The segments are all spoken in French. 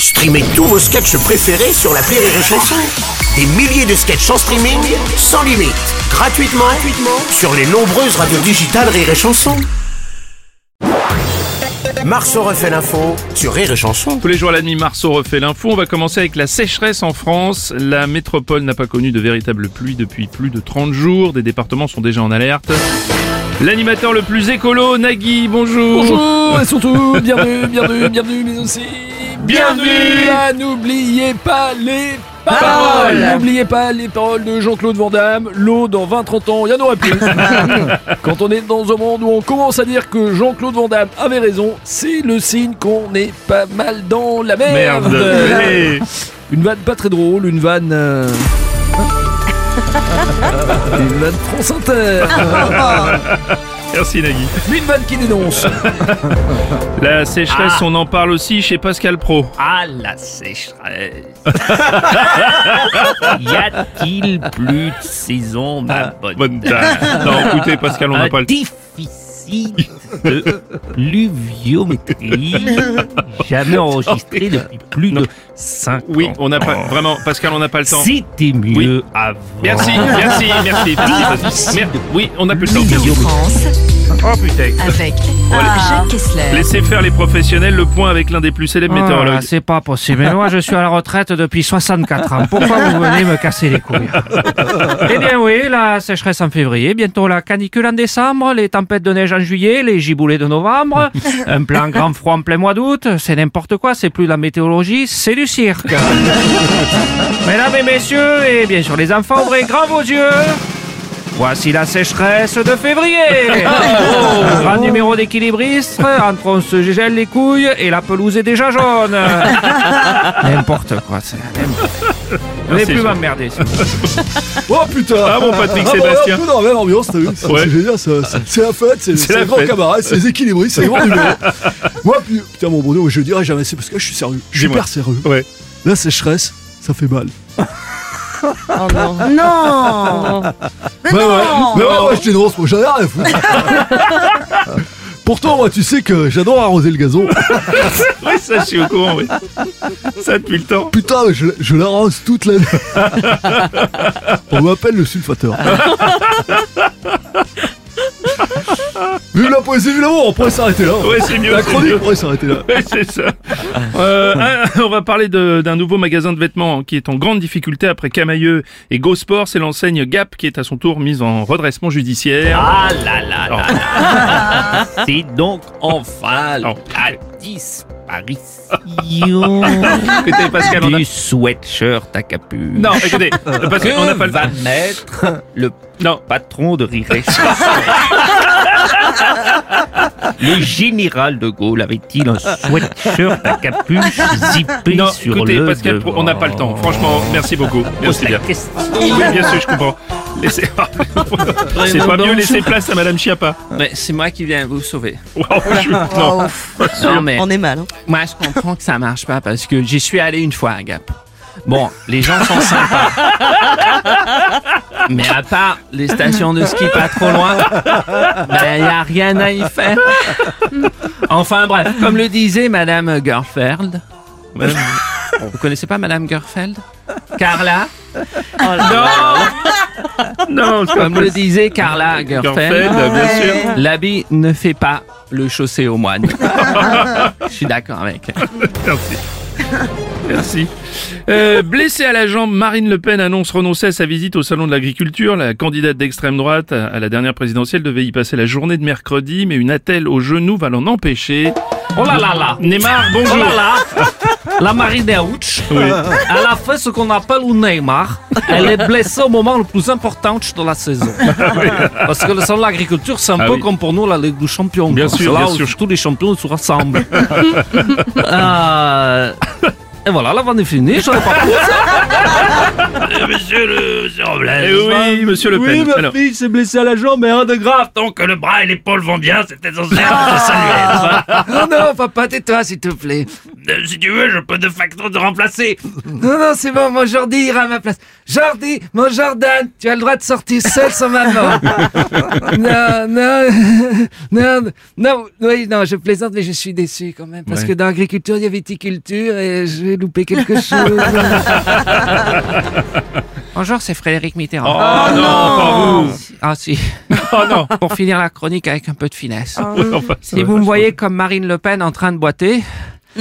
Streamez tous vos sketchs préférés sur l'appli Rire et Chanson. Des milliers de sketchs en streaming, sans limite, gratuitement sur les nombreuses radios digitales Rire et Chanson. Marceau refait l'info sur Rire et Chanson. Tous les jours à la nuit, Marceau refait l'info. On va commencer avec la sécheresse en France. La métropole n'a pas connu de véritable pluie depuis plus de 30 jours. Des départements sont déjà en alerte. L'animateur le plus écolo, Nagui, bonjour. Bonjour, et surtout, bienvenue, mais aussi... Bienvenue. N'oubliez pas les paroles. N'oubliez pas les paroles de Jean-Claude Van Damme. L'eau, dans 20-30 ans, il y en aura plus. Quand on est dans un monde où on commence à dire que Jean-Claude Van Damme avait raison, c'est le signe qu'on est pas mal dans la merde. Merde. Une vanne pas très drôle, une vanne... Une vanne France Inter. Merci Nagui. Une vanne qui dénonce. La sécheresse, on en parle aussi chez Pascal Pro. Ah, la sécheresse. Y a-t-il plus de saison, ma bonne dame. Non, écoutez Pascal, on n'a pas le temps. Déficit de pluviométrie jamais enregistré depuis plus de 5 ans. Oui, on n'a pas... Vraiment, Pascal, on n'a pas le temps. C'était mieux Oui. avant. Merci. Oui, on n'a plus le temps. France Oh putain. avec Jacques Kessler. Laissez faire les professionnels, le point avec l'un des plus célèbres météorologues. C'est pas possible. Mais moi, je suis à la retraite depuis 64 ans. Pourquoi vous venez me casser les couilles? Eh bien oui, la sécheresse en février, bientôt la canicule en décembre, les tempêtes de neige en juillet, les giboulées de novembre, un plein grand froid en plein mois d'août, c'est n'importe quoi, c'est plus de la météorologie, c'est du cirque. Mesdames et messieurs, et bien sûr les enfants, ouvrez grand vos yeux. Voici la sécheresse de février. Grand numéro d'équilibriste, entre on se gèle les couilles et la pelouse est déjà jaune. N'importe quoi, c'est n'importe. Vous n'allez plus m'emmerder. Oh putain. Ah mon Patrick Sébastien. Un peu dans la même ambiance, t'as vu? Ouais. C'est génial, c'est la fête, c'est la les grands fête. camarades, c'est les équilibristes, c'est les grands numéros. Moi, putain mon Bruno, je dirais jamais, c'est parce que je suis sérieux. Je suis Dis-moi. hyper sérieux. Ouais. La sécheresse, ça fait mal. Non. Mais Ouais, non. ouais, je dénonce, moi j'en ai rien à foutre. Pourtant, moi, tu sais que j'adore arroser le gazon. Oui, ça, je suis au courant, oui. Ça, depuis le temps. Putain, mais je l'arrose toute l'année. On m'appelle le sulfateur. Vive la poésie, vive l'amour, on pourrait s'arrêter là. Ouais, c'est mieux. La c'est chronique mieux. pourrait s'arrêter là. Ouais, c'est ça. On va parler d'un nouveau magasin de vêtements qui est en grande difficulté après Camailleux et Go Sport. C'est l'enseigne Gap qui est à son tour mise en redressement judiciaire. Ah là là là là. C'est donc enfin la disparition Écoutez, Pascal, on a... du sweatshirt à capuche. Non, écoutez, parce qu'on n'a pas le va mettre le Non. patron de Rire et Chanson. Le général de Gaulle avait-il un sweatshirt à capuche zippé Non, sur écoutez, le Pascal, devant? on n'a pas le temps. Franchement, merci beaucoup. Merci Pose la bien. question. Oui, bien sûr, je comprends. Laissez... C'est pas mieux laisser place à Madame Chiappa. Mais c'est moi qui viens vous sauver. Wow, non, pas sûr. Non, mais On est mal. moi, je comprends que ça marche pas parce que j'y suis allé une fois à Gap. Bon, les gens sont sympas. Mais à part les stations de ski pas trop loin, ben, y a rien à y faire. Enfin bref, comme le disait Madame Gerfeld. Vous connaissez pas Madame Gerfeld? Carla? Non, c'est pas Comme le possible. disait Carla Gerfeld, Gerfeld, bien sûr. l'habit ne fait pas le chaussé aux moines. Je suis d'accord avec elle. Merci. Merci. Blessée à la jambe, Marine Le Pen annonce renoncer à sa visite au salon de l'agriculture. La candidate d'extrême droite à la dernière présidentielle devait y passer la journée de mercredi, mais une attelle au genou va l'en empêcher. Oh là là là! Neymar, bonjour. Oh là là! La Marine Ouch, elle a fait ce qu'on appelle un Neymar. Elle est blessée au moment le plus important de la saison. Parce que le salon de l'agriculture, c'est un peu oui. comme pour nous la Ligue des Champions. Bien quoi. sûr, C'est là bien où sûr. tous les champions se rassemblent. Et voilà, la vanne est finie. Je n'ai pas Monsieur Robles. Oui, monsieur Le Pen. Alors, fille s'est blessée à la jambe, mais rien de grave. Tant que le bras et l'épaule vont bien, c'est essentiel de saluer. Non, non, papa, tais-toi, s'il te plaît. Si tu veux, je peux de facto te remplacer. Non, c'est bon, mon Jordi ira à ma place. Jordi, mon Jordan, tu as le droit de sortir seul sans maman. Non, je plaisante, mais je suis déçu quand même. Parce que dans l'agriculture, il y a viticulture et je vais louper quelque chose. Bonjour, c'est Frédéric Mitterrand. Oh non, pas vous. Ah si. Oh non. Pour finir la chronique avec un peu de finesse. Enfin, ça Si va. vous me voyez comme Marine Le Pen en train de boiter... Non.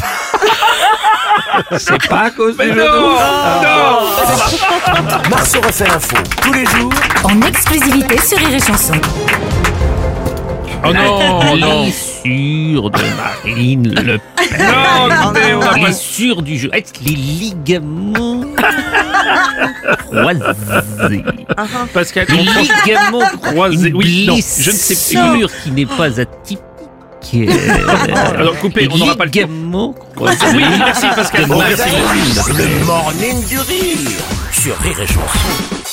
C'est pas à cause Mais du non, jeu de mots. non. Marceau refait l'info tous les jours En exclusivité sur Rire et Chanson. Oh non, non. Blessure de Marine Le Pen. Non, écoutez, on va pas... Blessure du jeu. Est-ce les ligaments croisés? Pascal, Les ligaments croisés. Une Oui, non, blessure je ne sais plus. qui n'est pas atypique. Alors coupez, on n'aura pas le temps. Ligaments croisés. Oui, merci Pascal. au Merci. réveil, le morning du rire sur Rire et Chanson.